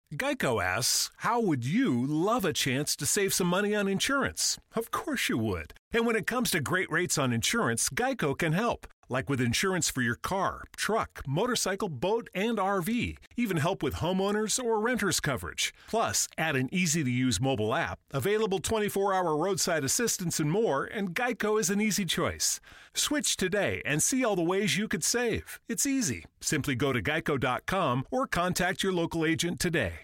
Geico asks, how would you love a chance to save some money on insurance? Of course you would. And when it comes to great rates on insurance, Geico can help. Like with insurance for your car, truck, motorcycle, boat, and RV. Even help with homeowners or renters coverage. Plus, add an easy-to-use mobile app, available 24-hour roadside assistance and more, and Geico is an easy choice. Switch today and see all the ways you could save. It's easy. Simply go to geico.com or contact your local agent today.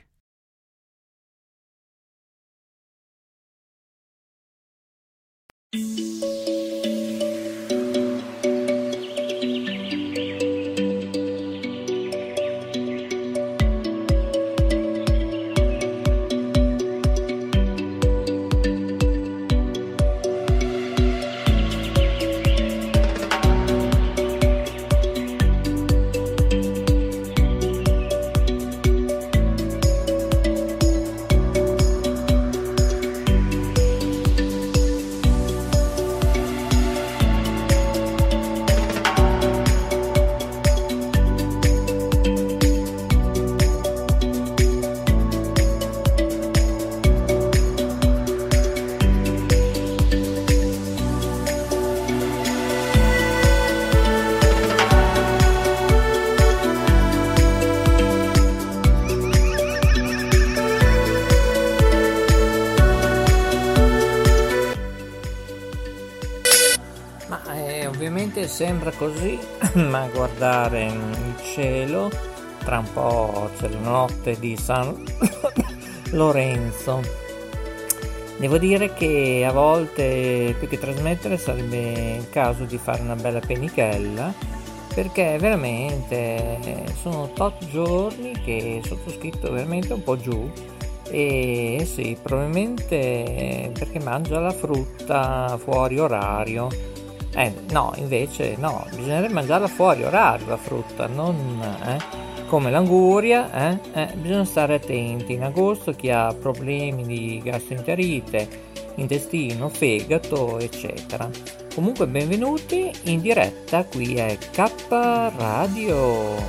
Ovviamente sembra così, ma a guardare il cielo, tra un po' c'è la notte di San Lorenzo. Devo dire che a volte più che trasmettere sarebbe il caso di fare una bella penichella, perché veramente sono tot giorni che sottoscritto veramente un po' giù. E sì, probabilmente perché mangia la frutta fuori orario. No, invece no, bisognerebbe mangiarla fuori orario la frutta, non come l'anguria, bisogna stare attenti. In agosto chi ha problemi di gastroenterite, intestino, fegato, eccetera. Comunque benvenuti in diretta, qui è K Radio.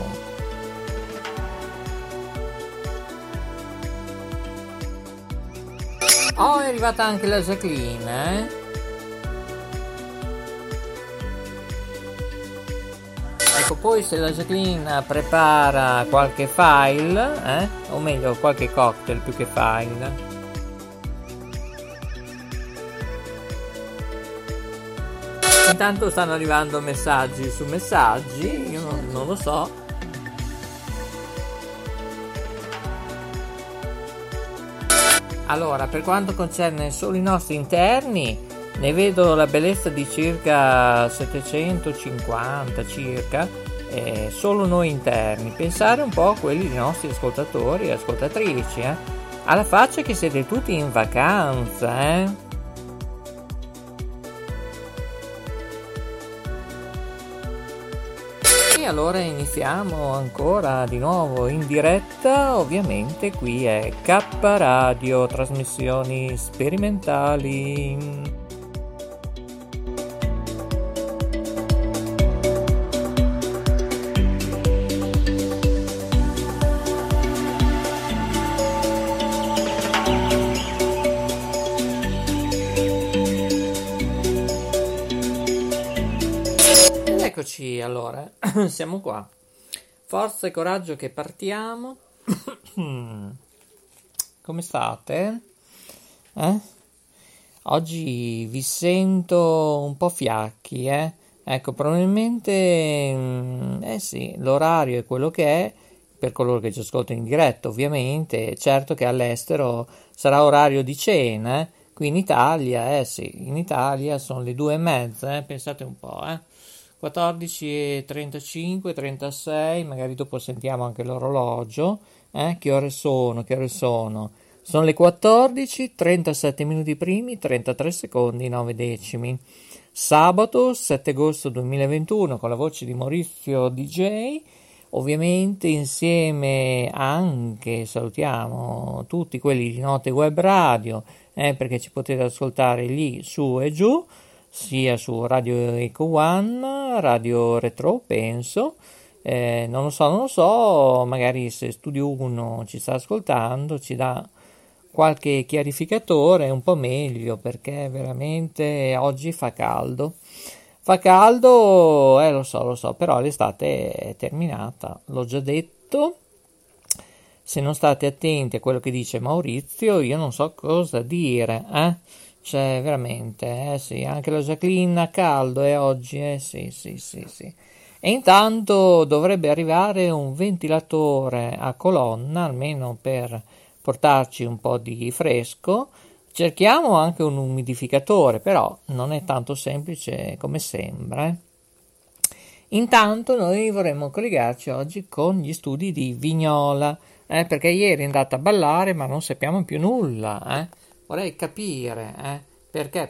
Oh, è arrivata anche la Jacqueline, Ecco, poi se la Jacqueline prepara qualche file, o meglio qualche cocktail più che file. Intanto stanno arrivando messaggi su messaggi, io non lo so. Allora, per quanto concerne solo i nostri interni, ne vedo la bellezza di circa 750 circa, solo noi interni. Pensare un po' a quelli dei nostri ascoltatori e ascoltatrici, alla faccia che siete tutti in vacanza, E allora iniziamo ancora di nuovo in diretta, ovviamente qui è K Radio, trasmissioni sperimentali. Eccoci, allora, siamo qua. Forza e coraggio che partiamo. Come state? Oggi vi sento un po' fiacchi, Ecco, probabilmente, sì, l'orario è quello che è, per coloro che ci ascoltano in diretta, ovviamente. Certo che all'estero sarà orario di cena, qui in Italia, sì, in Italia sono le 2:30, pensate un po', 14:35, 36, magari dopo sentiamo anche l'orologio, che ore sono? Sono le 14, 37 minuti primi, 33 secondi, 9 decimi. Sabato 7 agosto 2021 con la voce di Maurizio DJ, ovviamente insieme anche salutiamo tutti quelli di Note Web Radio, perché ci potete ascoltare lì su e giù, sia su Radio Eco One, Radio Retro penso, Non lo so, magari se Studio 1 ci sta ascoltando, ci dà qualche chiarificatore un po' meglio, perché veramente oggi fa caldo. Fa caldo, lo so, però l'estate è terminata, l'ho già detto. Se non state attenti a quello che dice Maurizio, io non so cosa dire, Cioè, veramente, sì, anche la Jacqueline a caldo, oggi, sì. E intanto dovrebbe arrivare un ventilatore a colonna, almeno per portarci un po' di fresco. Cerchiamo anche un umidificatore, però non è tanto semplice come sembra. Intanto noi vorremmo collegarci oggi con gli studi di Vignola, perché ieri è andata a ballare ma non sappiamo più nulla. Vorrei capire perché.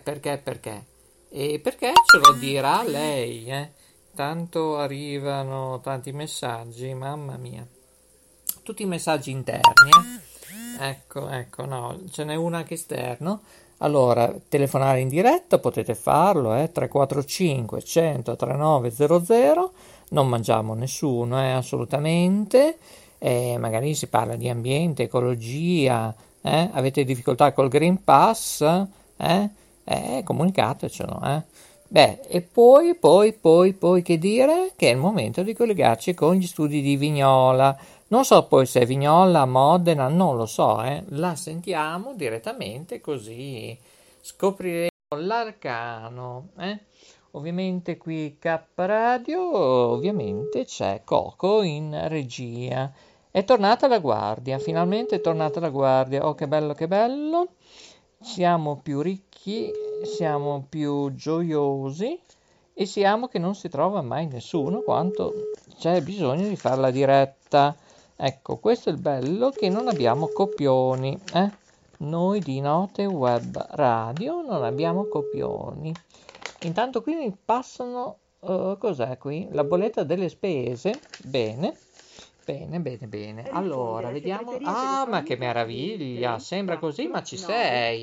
E perché ce lo dirà lei. Tanto arrivano tanti messaggi, mamma mia. Tutti i messaggi interni. Ecco, no, ce n'è uno anche esterno. Allora, telefonare in diretta potete farlo, 345 100 3900, non mangiamo nessuno, assolutamente. Magari si parla di ambiente, ecologia, avete difficoltà col Green Pass, comunicatecelo. Beh, e poi che dire? Che è il momento di collegarci con gli studi di Vignola. Non so poi se è Vignola, Modena, non lo so, La sentiamo direttamente così scopriremo l'arcano, Ovviamente qui K Radio, ovviamente c'è Coco in regia. È tornata la guardia, finalmente è tornata la guardia. Oh, che bello, che bello. Siamo più ricchi, siamo più gioiosi e siamo che non si trova mai nessuno quanto c'è bisogno di fare la diretta. Ecco, questo è il bello, che non abbiamo copioni, Noi di Note Web Radio non abbiamo copioni. Intanto qui mi passano, cos'è qui? La bolletta delle spese. Bene. Allora, vediamo. Ah, ma che meraviglia! Sembra così, ma ci sei,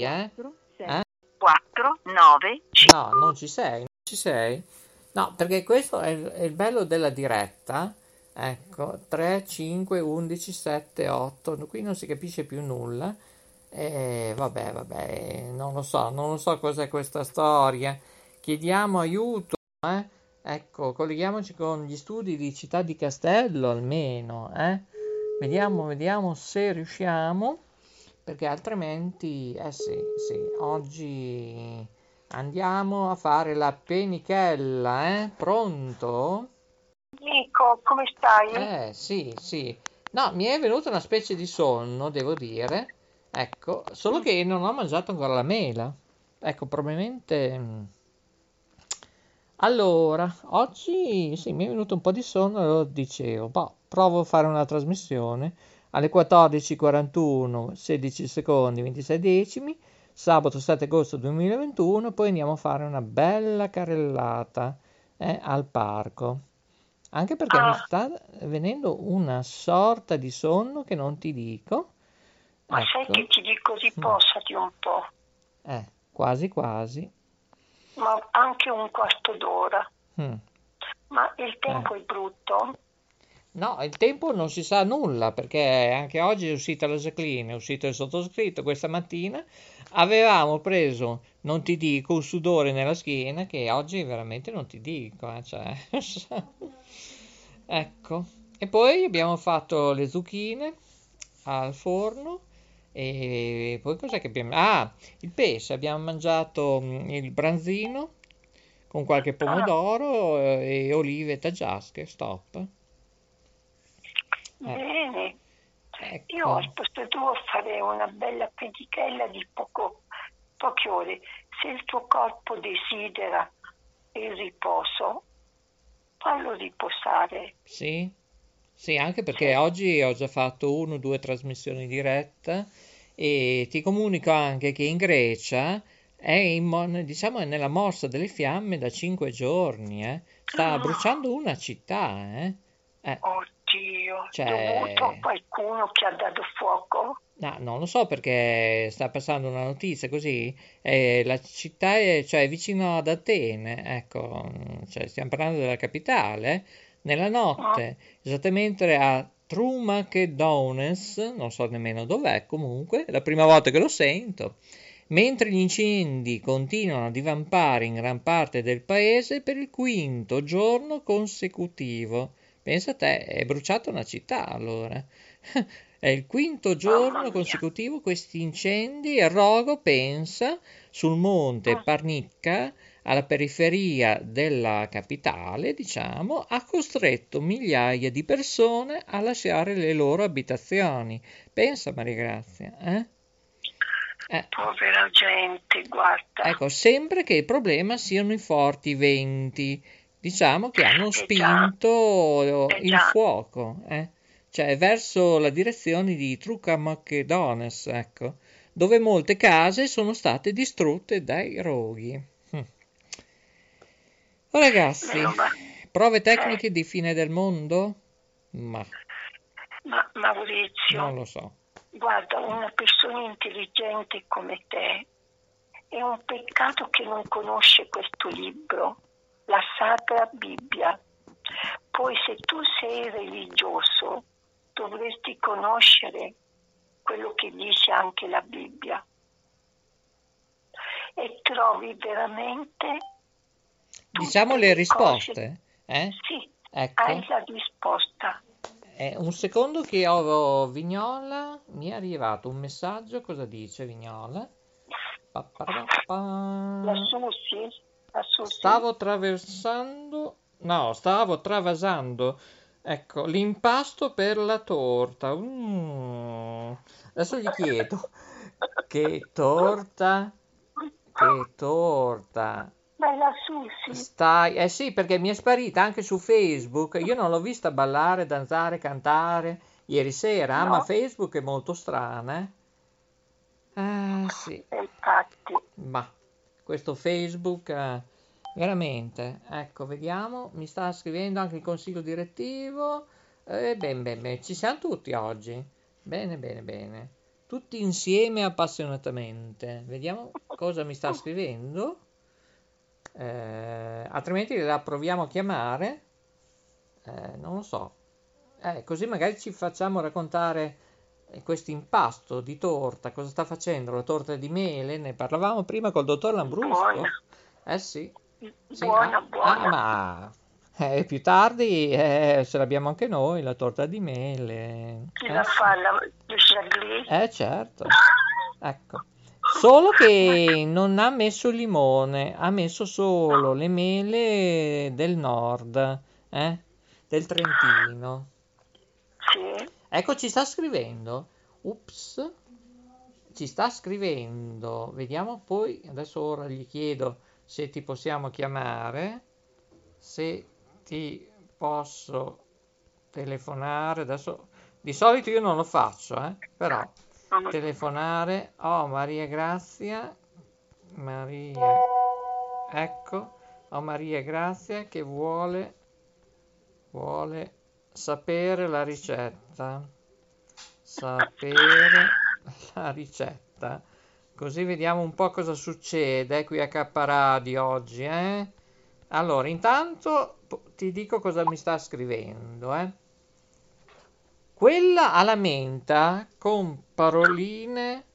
4, 9, No, non ci sei? No, perché questo è il bello della diretta. Ecco, 3, 5, 11, 7, 8. Qui non si capisce più nulla. Vabbè, non lo so cos'è questa storia. Chiediamo aiuto, Ecco, colleghiamoci con gli studi di Città di Castello almeno, Vediamo se riusciamo, perché altrimenti, sì, oggi andiamo a fare la penichella, Pronto? Nico, come stai? Sì. No, mi è venuta una specie di sonno, devo dire. Ecco, solo che non ho mangiato ancora la mela. Ecco, probabilmente. Allora, oggi sì, mi è venuto un po' di sonno e lo dicevo, provo a fare una trasmissione alle 14:41, 16 secondi, 26 decimi, sabato 7 agosto 2021, poi andiamo a fare una bella carrellata al parco. Anche perché mi sta venendo una sorta di sonno che non ti dico. Ma sai che ti dico, riposati un po'. Quasi. Ma anche un quarto d'ora. Mm. Ma il tempo è brutto? No, il tempo non si sa nulla, perché anche oggi è uscita la Jacqueline, è uscito il sottoscritto questa mattina. Avevamo preso, non ti dico, un sudore nella schiena che oggi veramente non ti dico, cioè. Ecco. E poi abbiamo fatto le zucchine al forno e poi cos'è che abbiamo. Il pesce, abbiamo mangiato il branzino con qualche pomodoro e olive taggiasche, stop. Bene. Ecco. Io al posto tuo farei una bella penichella di poche ore. Se il tuo corpo desidera il riposo, fallo riposare. Sì, anche perché oggi ho già fatto 1 o 2 trasmissioni diretta e ti comunico anche che in Grecia è diciamo è nella morsa delle fiamme da 5 giorni, sta bruciando una città, Oddio, Cioè, dovuto a qualcuno che ha dato fuoco? no, non lo so perché sta passando una notizia così, la città è, cioè, vicino ad Atene, ecco, cioè, stiamo parlando della capitale, nella notte, esattamente a Trumakedones, non so nemmeno dov'è, comunque, è la prima volta che lo sento, mentre gli incendi continuano a divampare in gran parte del paese per il quinto giorno consecutivo. Pensa a te, è bruciata una città allora. È il quinto giorno consecutivo questi incendi e il rogo, pensa, sul monte Parnicca, alla periferia della capitale, diciamo, ha costretto migliaia di persone a lasciare le loro abitazioni. Pensa, Maria Grazia, Povera gente, guarda. Ecco, sembra che il problema siano i forti venti, diciamo, che hanno spinto il fuoco, cioè verso la direzione di Trucamachedones, ecco, dove molte case sono state distrutte dai roghi. Oh, ragazzi, prove tecniche di fine del mondo? Ma Maurizio, non lo so. Guarda, una persona intelligente come te, è un peccato che non conosce questo libro, la Sacra Bibbia. Poi se tu sei religioso, dovresti conoscere quello che dice anche la Bibbia. E trovi veramente... Diciamo le risposte? Sì, ecco. Hai la risposta. Un secondo che ho Vignola, mi è arrivato un messaggio, cosa dice Vignola? Lassù sì. Stavo travasando, ecco, l'impasto per la torta. Adesso gli chiedo, che torta? Ma lassù sì. Stai, sì, perché mi è sparita anche su Facebook. Io non l'ho vista ballare, danzare, cantare ieri sera, No. ma Facebook è molto strana. Sì. Infatti. Ma questo Facebook, veramente. Ecco, vediamo. Mi sta scrivendo anche il consiglio direttivo. Bene, ci siamo tutti oggi. Bene. Tutti insieme appassionatamente. Vediamo cosa mi sta scrivendo. Altrimenti la proviamo a chiamare, non lo so, così magari ci facciamo raccontare questo impasto di torta, cosa sta facendo, la torta di mele, ne parlavamo prima col dottor Lambrusco. Buona. Sì. Buona. Ma più tardi ce l'abbiamo anche noi, la torta di mele. Chi la fa? La Chablis? Certo, ecco. Solo che non ha messo il limone, ha messo solo le mele del nord, del Trentino. Sì. Ecco, ci sta scrivendo. Ups, ci sta scrivendo. Vediamo poi, adesso ora gli chiedo se ti possiamo chiamare, se ti posso telefonare. Adesso, di solito io non lo faccio, però... telefonare. Maria Grazia, ecco, Maria Grazia che vuole sapere la ricetta, così vediamo un po' cosa succede qui a K Radio oggi, Allora, intanto ti dico cosa mi sta scrivendo, Quella alla menta con praline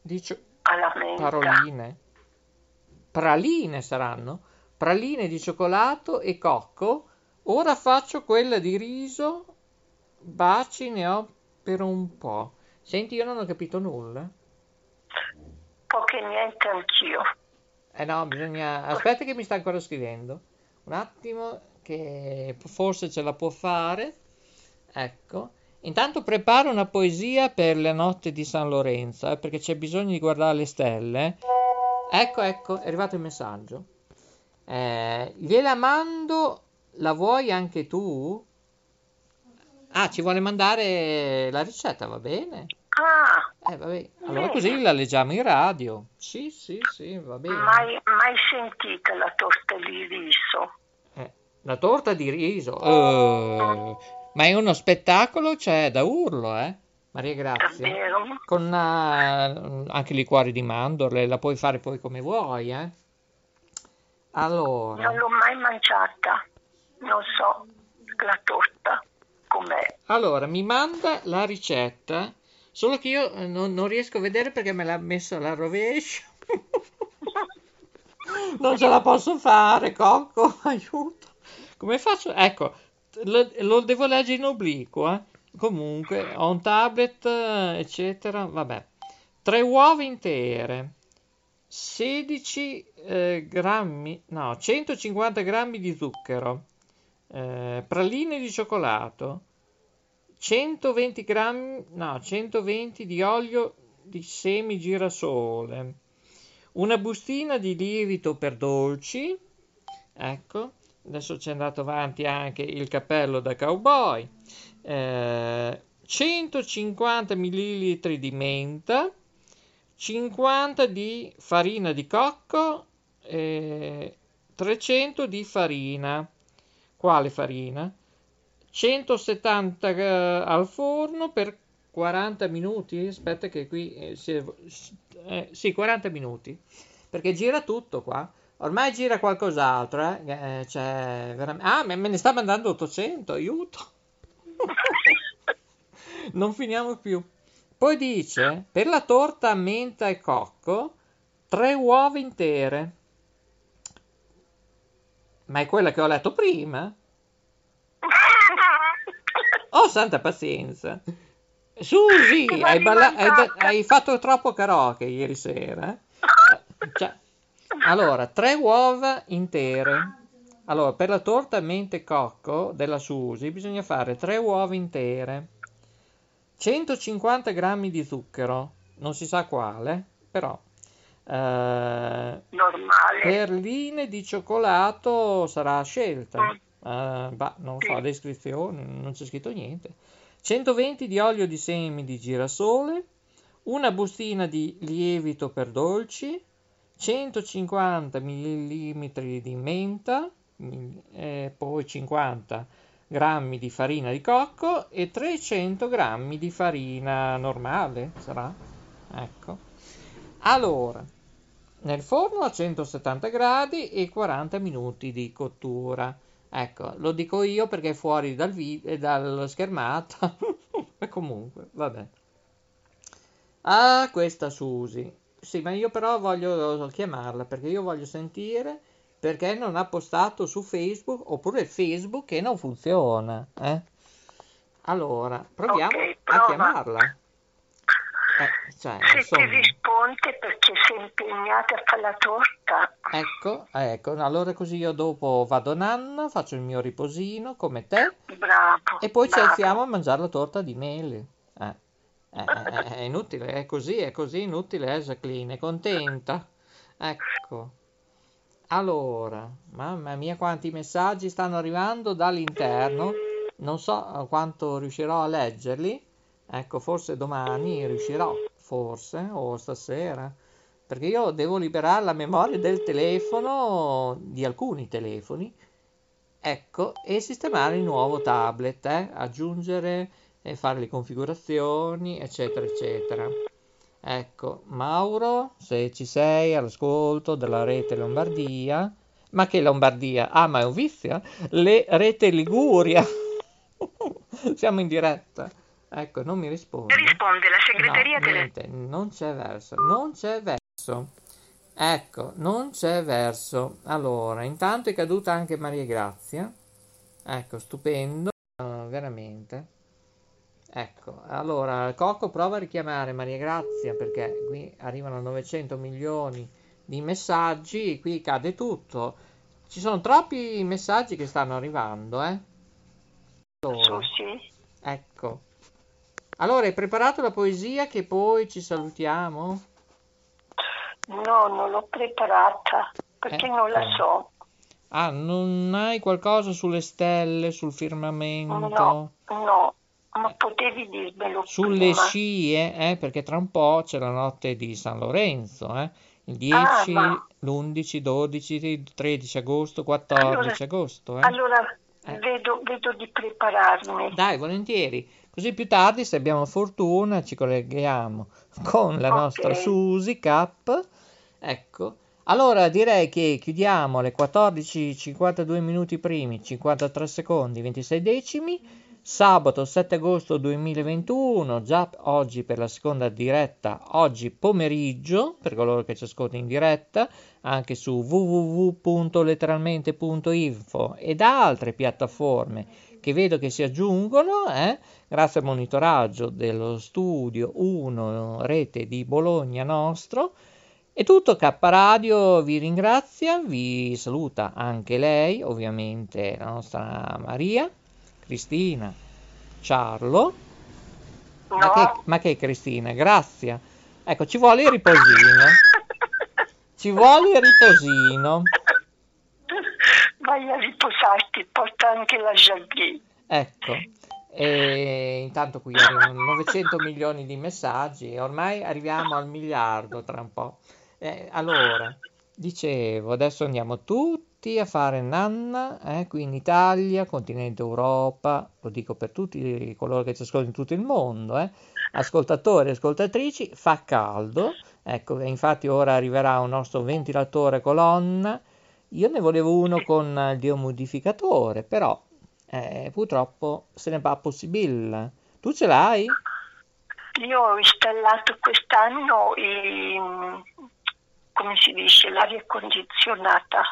saranno, praline di cioccolato e cocco. Ora faccio quella di riso, baci ne ho per un po'. Senti, io non ho capito nulla. Poche niente anch'io. No, bisogna... Aspetta che mi sta ancora scrivendo. Un attimo che forse ce la può fare. Ecco. Intanto preparo una poesia per le notte di San Lorenzo, perché c'è bisogno di guardare le stelle. Ecco, è arrivato il messaggio. Gliela mando, la vuoi anche tu? Ci vuole mandare la ricetta, va bene? Vabbè. Allora così la leggiamo in radio. Sì, va bene. Mai sentita la torta di riso? La torta di riso? Ma è uno spettacolo, c'è da urlo, Maria Grazia. Davvero? Con anche liquori di mandorle, la puoi fare poi come vuoi, Allora. Non l'ho mai mangiata, non so. la torta com'è. Allora, mi manda la ricetta, solo che io non riesco a vedere perché me l'ha messa alla rovescia. Non ce la posso fare, Cocco, aiuto. Come faccio? Ecco, lo devo leggere in obliquo, eh. Comunque, ho un tablet, eccetera, vabbè. 3 uova intere, 16 grammi, no, 150 grammi di zucchero, praline di cioccolato, 120 grammi, no, 120 di olio di semi girasole, una bustina di lievito per dolci, ecco, adesso c'è andato avanti anche il cappello da cowboy, 150 millilitri di menta, 50 di farina di cocco, 300 di farina. Quale farina? 170 al forno per 40 minuti. Aspetta che qui sì, 40 minuti. Perché gira tutto qua. Ormai gira qualcos'altro, cioè, veramente... Ah, me ne sta mandando 800, aiuto. Non finiamo più. Poi dice, per la torta a menta e cocco, 3 uova intere. Ma è quella che ho letto prima? Oh, santa pazienza. Susi, hai fatto troppo karaoke ieri sera. Cioè, allora, 3 uova intere. Allora, per la torta a menta e cocco della Susi bisogna fare 3 uova intere. 150 grammi di zucchero, non si sa quale, però normale. Perline di cioccolato sarà a scelta, non so, descrizione, non c'è scritto niente. 120 di olio di semi di girasole, una bustina di lievito per dolci, 150 millilitri di menta, poi 50 grammi di farina di cocco e 300 grammi di farina normale, sarà? Ecco. Allora, nel forno a 170 gradi e 40 minuti di cottura. Ecco, lo dico io perché è fuori dal schermata. E comunque, vabbè. Ah, questa Susi. Sì, ma io però voglio chiamarla perché io voglio sentire perché non ha postato su Facebook, oppure il Facebook che non funziona, Allora, proviamo a chiamarla. Se ti risponde perché sei impegnata a fare la torta. Ecco, allora così io dopo vado a nanna, faccio il mio riposino come te. Bravo. E poi ci alziamo a mangiare la torta di mele. È inutile, è così inutile, Jacqueline, è contenta. Ecco. Allora, mamma mia quanti messaggi stanno arrivando dall'interno, non so quanto riuscirò a leggerli, ecco forse domani riuscirò, forse, o stasera, perché io devo liberare la memoria del telefono, di alcuni telefoni, ecco, e sistemare il nuovo tablet, aggiungere e fare le configurazioni, eccetera, eccetera. Ecco, Mauro, se ci sei all'ascolto della rete Lombardia, ma che Lombardia? Ah, ma è un vizio? Rete Liguria. Siamo in diretta. Ecco, non mi risponde. Risponde la segreteria. No, niente, non c'è verso. Ecco, non c'è verso. Allora, intanto è caduta anche Maria Grazia. Ecco, stupendo, veramente. Ecco, allora Cocco prova a richiamare Maria Grazia perché qui arrivano 900 milioni di messaggi, qui cade tutto. Ci sono troppi messaggi che stanno arrivando, Allora, sì. ecco. Allora, hai preparato la poesia che poi ci salutiamo? No, non l'ho preparata perché non la so. Ah, non hai qualcosa sulle stelle, sul firmamento? No. Ma potevi dirmelo sulle prima. scie, perché tra un po' c'è la notte di San Lorenzo, il 10, l'11, 12, 13 agosto, 14 agosto. Allora vedo di prepararmi. Dai, volentieri. Così più tardi, se abbiamo fortuna, ci colleghiamo con la nostra Susi Cap. Ecco, Allora direi che chiudiamo alle 14:52 minuti primi, 53 secondi, 26 decimi. Sabato 7 agosto 2021, già oggi per la seconda diretta, oggi pomeriggio, per coloro che ci ascoltano in diretta, anche su www.letteralmente.info e da altre piattaforme che vedo che si aggiungono, grazie al monitoraggio dello studio 1 rete di Bologna nostro. E tutto, K Radio vi ringrazia, vi saluta anche lei, ovviamente la nostra Maria, Cristina, Ciarlo. No. Ma che Cristina? Grazie. Ecco, ci vuole il riposino. Ci vuole il riposino. Vai a riposarti, porta anche la Jacqueline. Ecco. E intanto qui arrivano 900 milioni di messaggi e ormai arriviamo al miliardo tra un po'. Allora, dicevo, adesso andiamo tutti a fare nanna, qui in Italia, continente Europa, lo dico per tutti coloro che ci ascoltano in tutto il mondo, ascoltatori e ascoltatrici, fa caldo, ecco, infatti ora arriverà un nostro ventilatore colonna, io ne volevo uno con il dehumidificatore, però purtroppo se ne va possibile. Tu ce l'hai? Io ho installato quest'anno come si dice, l'aria condizionata.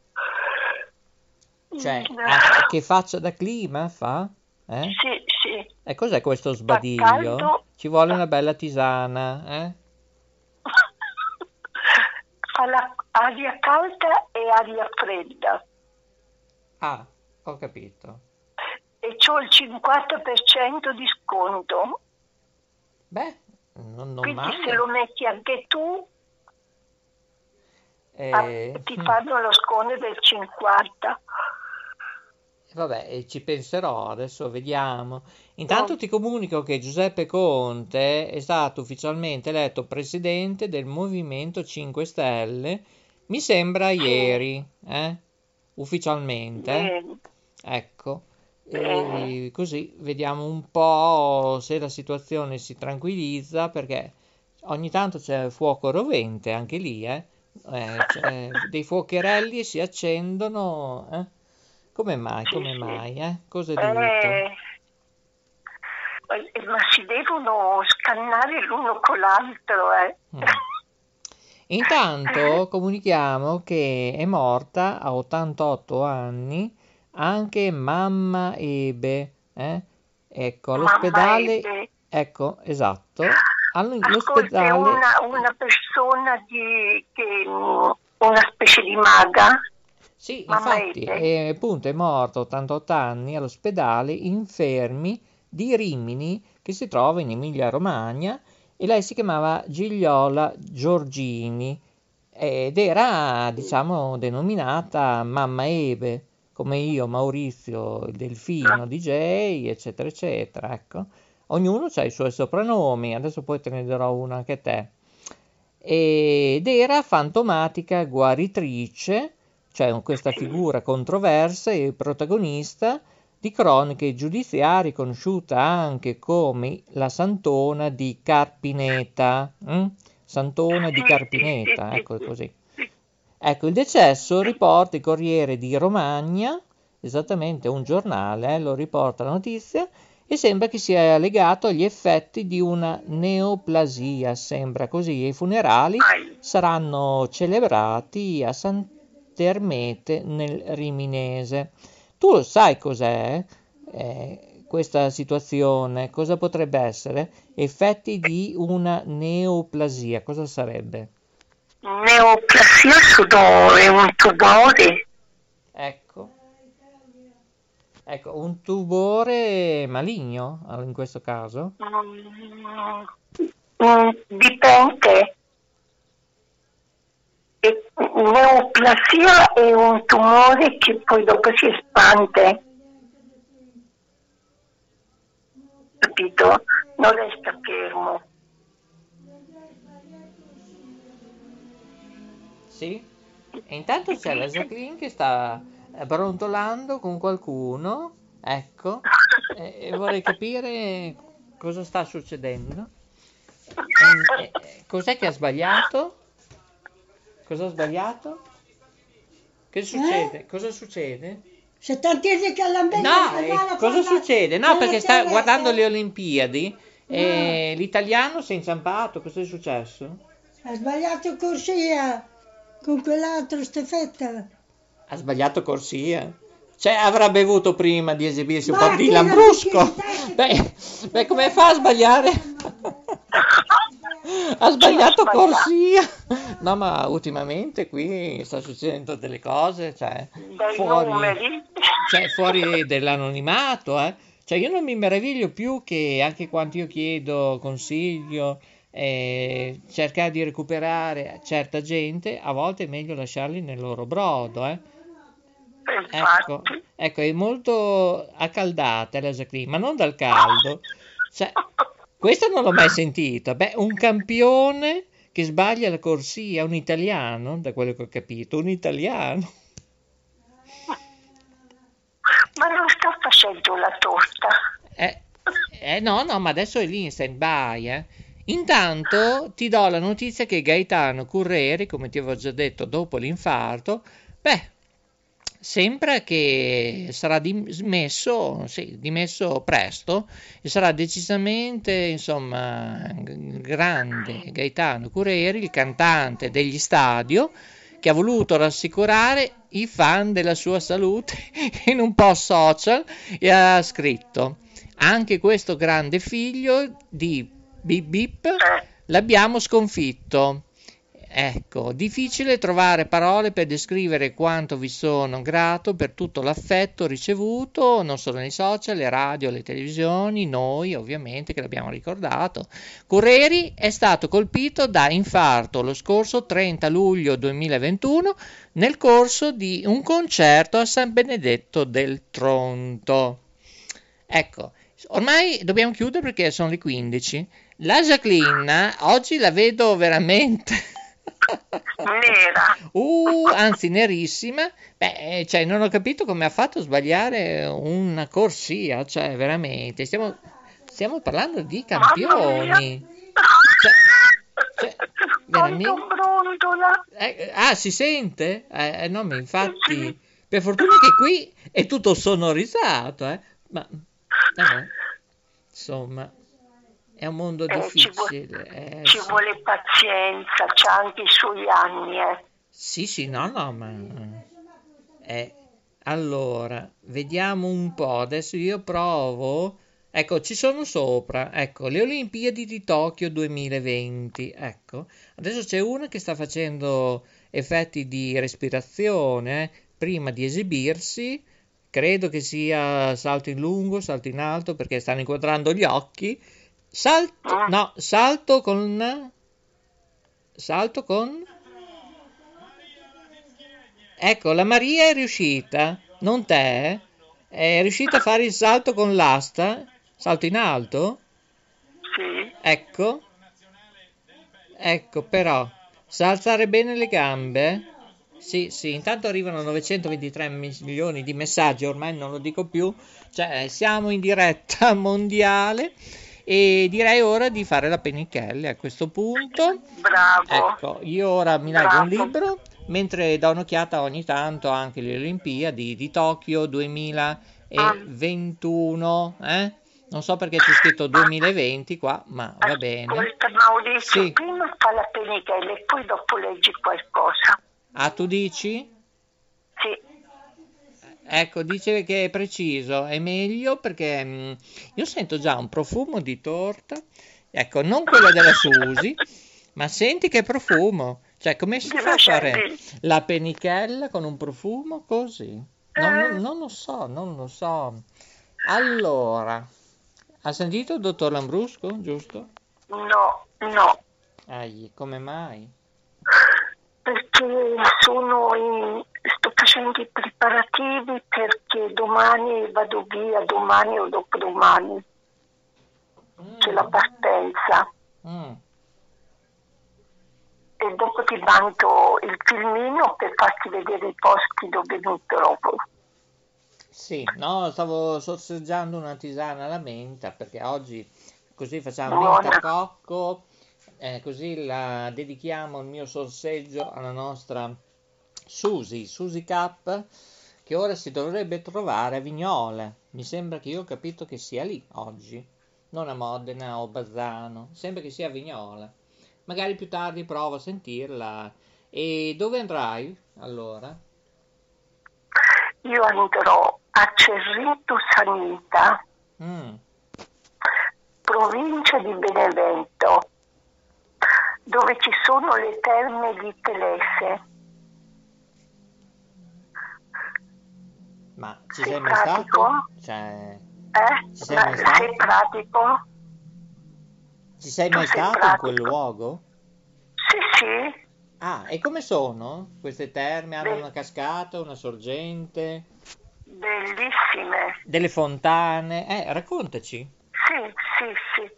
Cioè, che faccia da clima fa? Sì, sì. E cos'è questo Fa sbadiglio? caldo. Ci vuole una bella tisana, Fa aria calda e aria fredda. Ah, ho capito. E c'ho il 50% di sconto. Beh, non Quindi male. se lo metti anche tu, ti Hmm. fanno lo sconto del 50%. Vabbè, ci penserò, adesso vediamo. Intanto ti comunico che Giuseppe Conte è stato ufficialmente eletto presidente del Movimento 5 Stelle, mi sembra ieri, ufficialmente. Bene. Ecco, Bene. e così vediamo un po' se la situazione si tranquillizza, perché ogni tanto c'è fuoco rovente anche lì, cioè, dei fuocherelli si accendono. Come mai? Sì, Come sì. mai? Cosa è dovuto? Ma si devono scannare l'uno con l'altro, Mm. Intanto comunichiamo che è morta a 88 anni anche mamma Ebe, ecco, all'ospedale, Ebe. ecco, esatto, Ascolti, all'ospedale, una persona una specie di maga. sì, Mamma infatti, Ebe. appunto è morta a 88 anni all'ospedale Infermi di Rimini, che si trova in Emilia-Romagna, e lei si chiamava Gigliola Giorgini ed era, diciamo, denominata Mamma Ebe, come io, Maurizio, il Delfino, DJ, eccetera, eccetera, ecco. Ognuno ha i suoi soprannomi, adesso poi te ne darò uno anche te. Ed era fantomatica guaritrice, cioè questa figura controversa e protagonista di croniche giudiziarie, conosciuta anche come la Santona di Carpineta. Santona di Carpineta, ecco così. Ecco, il decesso riporta il Corriere di Romagna, esattamente un giornale, lo riporta la notizia, e sembra che sia legato agli effetti di una neoplasia, sembra così, e i funerali saranno celebrati a Sant'Ermete nel Riminese. Tu lo sai cos'è questa situazione? Cosa potrebbe essere? Effetti di una neoplasia, cosa sarebbe? Neoplasia è un tumore. Ecco, un tumore maligno in questo caso? Dipende. Neoplasia è un tumore che poi dopo si espande. Capito? Non resta fermo. Sì? E intanto c'è la Jacqueline che sta brontolando con qualcuno, ecco, e vorrei capire cosa sta succedendo. Cos'è che ha sbagliato? Cosa ho sbagliato? Che succede? Cosa succede? Se tanti che No, cosa succede? No, perché sta guardando le Olimpiadi e l'italiano si è inciampato. Cosa è successo? Ha sbagliato corsia con quell'altro steffetta. Ha sbagliato corsia. Cioè, avrà bevuto prima di esibirsi un po' di lambrusco. Beh, come fa a sbagliare? Ha sbagliato corsia. No, ma ultimamente qui sta succedendo delle cose, cioè, fuori dell'anonimato, eh. Cioè, io non mi meraviglio più che anche quando io chiedo consiglio, cercare di recuperare certa gente, a volte è meglio lasciarli nel loro brodo, eh. Ecco, è molto accaldata la Jacqueline, ma non dal caldo. Cioè, questo non l'ho mai sentito. Beh, un campione che sbaglia la corsia, un italiano, da quello che ho capito, un italiano. Ma non sta facendo la torta. No, ma adesso è lì in stand-by, eh. Intanto ti do la notizia che Gaetano Curreri, come ti avevo già detto dopo l'infarto, sembra che sarà dimesso presto e sarà decisamente, insomma, grande Gaetano Curreri, il cantante degli Stadio, che ha voluto rassicurare i fan della sua salute in un post social e ha scritto: anche questo grande figlio di Bip Bip l'abbiamo sconfitto. Ecco, difficile trovare parole per descrivere quanto vi sono grato per tutto l'affetto ricevuto, non solo nei social, le radio, le televisioni, noi ovviamente che l'abbiamo ricordato. Curreri è stato colpito da infarto lo scorso 30 luglio 2021 nel corso di un concerto a San Benedetto del Tronto. Ecco, ormai dobbiamo chiudere perché sono le 15. La Jacqueline oggi la vedo veramente nera, anzi nerissima. Cioè, non ho capito come ha fatto a sbagliare una corsia, cioè veramente stiamo parlando di campioni, cioè, veramente. Si sente? No, ma infatti per fortuna che qui è tutto sonorizzato, ma vabbè, insomma, è un mondo difficile. Ci vuole pazienza, c'ha anche i suoi anni, Sì, no, ma... allora, vediamo un po', adesso io provo... Ecco, ci sono sopra, ecco, le Olimpiadi di Tokyo 2020, ecco. Adesso c'è una che sta facendo effetti di respirazione, prima di esibirsi. Credo che sia salto in lungo, salto in alto, perché stanno inquadrando gli occhi. Salto con... Ecco, la Maria è riuscita, non te? È riuscita a fare il salto con l'asta? Salto in alto? Sì. Ecco, però, sa alzare bene le gambe? Sì, intanto arrivano 923 milioni di messaggi, ormai non lo dico più, cioè siamo in diretta mondiale. E direi ora di fare la Penichelle a questo punto. Bravo. Ecco, io ora mi leggo un libro, mentre do un'occhiata ogni tanto anche alle Olimpiadi di Tokyo 2021. Non so perché c'è scritto 2020 qua, ma va bene. Ascolta Maurizio, sì. Prima fa la Penichelle e poi dopo leggi qualcosa. Ah, tu dici? Sì. Ecco, dice che è preciso, è meglio perché io sento già un profumo di torta, ecco, non quella della Susi, ma senti che profumo, cioè come si fa a fare la penichella con un profumo così? Non lo so. Allora, ha sentito il dottor Lambrusco, giusto? No. Come mai? Perché sto facendo i preparativi perché domani vado via, domani o dopodomani. C'è la partenza. E dopo ti mando il filmino per farti vedere i posti dove mi trovo. Sì, no, stavo sorseggiando una tisana alla menta perché oggi così facciamo menta cocco, così la dedichiamo il mio sorseggio alla nostra Susi K, che ora si dovrebbe trovare a Vignola. Mi sembra che io ho capito che sia lì oggi, non a Modena o Bazzano, sembra che sia a Vignola. Magari più tardi provo a sentirla. E dove andrai allora? Io andrò a Cerrito Sanita, provincia di Benevento, dove ci sono le terme di Telese. Ma ci sei sei mai pratico? stato? Cioè, ci sei Ma mai stato? sei pratico? Ci sei Tu mai sei stato in quel pratico? luogo? Sì, Ah, e come sono? Queste terme hanno Beh. una cascata, una sorgente, bellissime. delle fontane? Raccontaci. Sì.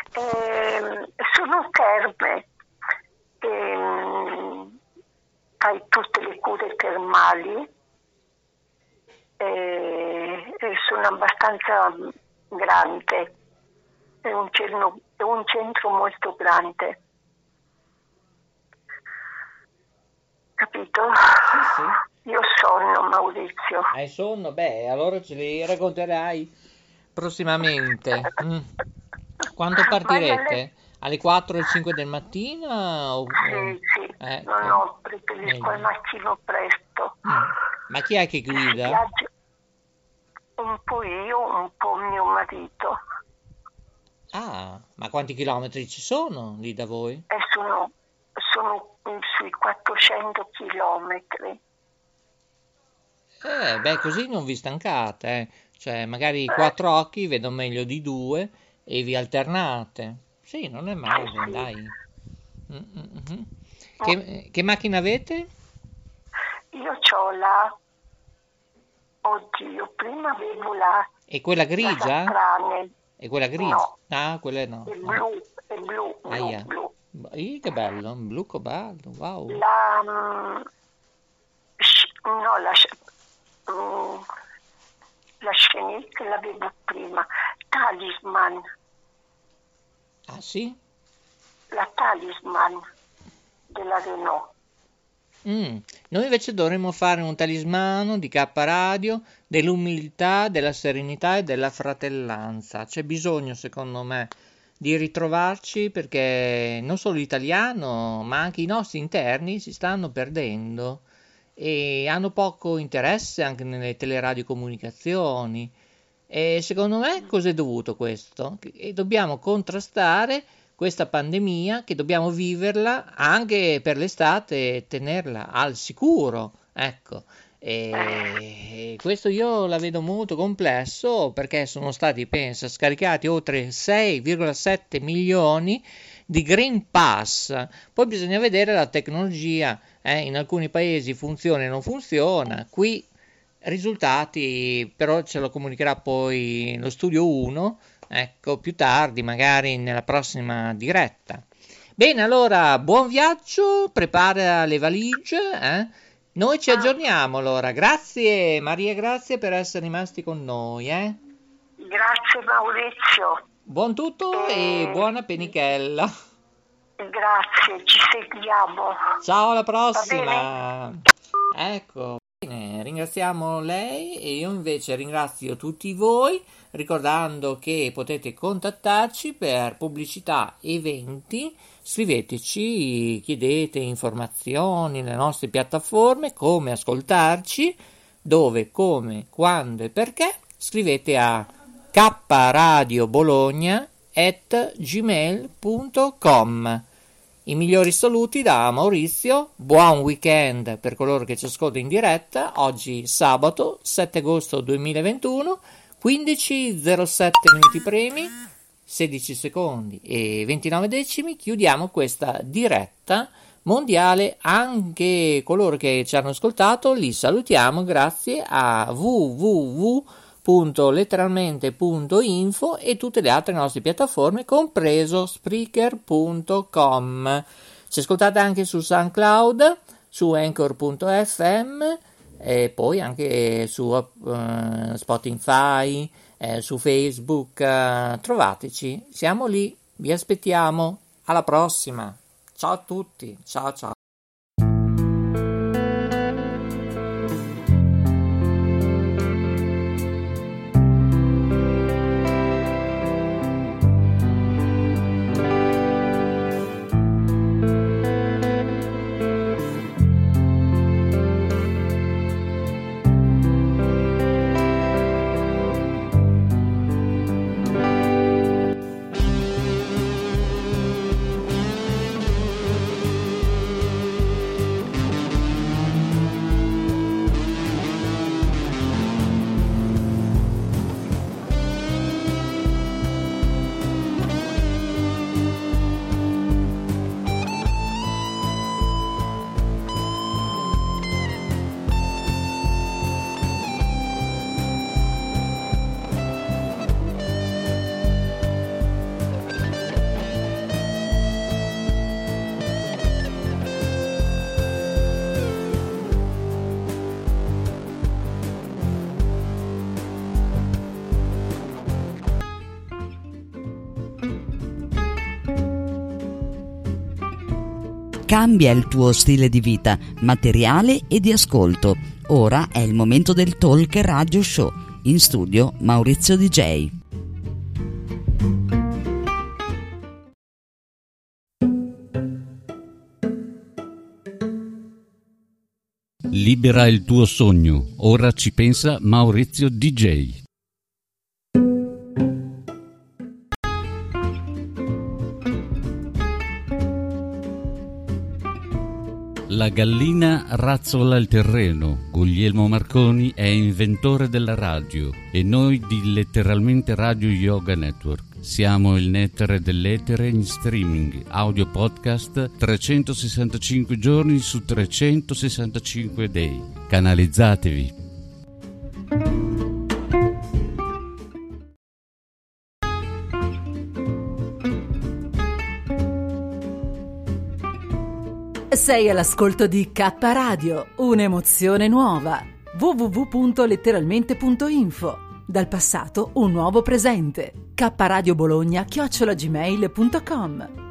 Sono terme. Hai tutte le cure termali. Sono abbastanza grande, è un centro molto grande, capito? Sì. Io sonno, Maurizio. Hai sonno? Beh, allora ce li racconterai prossimamente. Quando Vai a partirete? Alle 4 o 5 del mattino? Sì, no, preferisco al meglio. mattino presto. Ma chi è che guida? Viaggio un po' io, un po' mio marito. Ah, ma quanti chilometri ci sono lì da voi? Sono sui 400 chilometri. Beh, così non vi stancate, eh. Cioè, magari 4 occhi vedono meglio di 2 e vi alternate. Sì, non è male, Sì. dai. Che macchina avete? Io oddio, prima avevo E quella la grigia? Sastrane. E quella grigia? No, Ah, quella no. è No. blu. Aia. Che bello, un blu cobalto, wow. La Scenic l'avevo prima. Talisman, Ah, sì? la Talisman della Renault. Noi invece dovremmo fare un talismano di K Radio dell'umiltà, della serenità e della fratellanza. C'è bisogno, secondo me, di ritrovarci perché non solo l'italiano, ma anche i nostri interni si stanno perdendo e hanno poco interesse anche nelle teleradiocomunicazioni. E secondo me cos'è dovuto questo? E dobbiamo contrastare questa pandemia, che dobbiamo viverla anche per l'estate e tenerla al sicuro, ecco. E questo io la vedo molto complesso perché sono stati, pensa, scaricati oltre 6,7 milioni di Green Pass. Poi bisogna vedere la tecnologia, in alcuni paesi funziona e non funziona. Qui risultati però ce lo comunicherà poi lo studio 1, ecco, più tardi, magari nella prossima diretta. Bene, allora, buon viaggio, prepara le valigie, Noi ci aggiorniamo allora. Grazie Maria, grazie per essere rimasti con noi, Grazie Maurizio. Buon tutto e buona penichella. Grazie, ci seguiamo. Ciao, alla Va prossima. Ecco. Bene, ringraziamo lei e io invece ringrazio tutti voi, ricordando che potete contattarci per pubblicità, eventi, scriveteci, chiedete informazioni nelle nostre piattaforme, come ascoltarci, dove, come, quando e perché, scrivete a kradiobologna@gmail.com. I migliori saluti da Maurizio, buon weekend per coloro che ci ascoltano in diretta, oggi sabato 7 agosto 2021, 15:07 minuti primi, 16 secondi e 29 decimi, chiudiamo questa diretta mondiale, anche coloro che ci hanno ascoltato li salutiamo grazie a www.letteralmente.info e tutte le altre nostre piattaforme, compreso Spreaker.com. Ci ascoltate anche su SoundCloud, su Anchor.fm e poi anche su Spotify, su Facebook, trovateci, siamo lì, vi aspettiamo. Alla prossima, ciao a tutti, ciao ciao. Cambia il tuo stile di vita, materiale e di ascolto. Ora è il momento del Talk Radio Show. In studio Maurizio DJ. Libera il tuo sogno. Ora ci pensa Maurizio DJ. La gallina razzola il terreno. Guglielmo Marconi è inventore della radio e noi di Letteralmente Radio Yoga Network. Siamo il nettare dell'etere in streaming, audio podcast 365 giorni su 365 day. Canalizzatevi. Sei all'ascolto di K Radio, un'emozione nuova. www.letteralmente.info. Dal passato un nuovo presente. kradiobologna@gmail.com.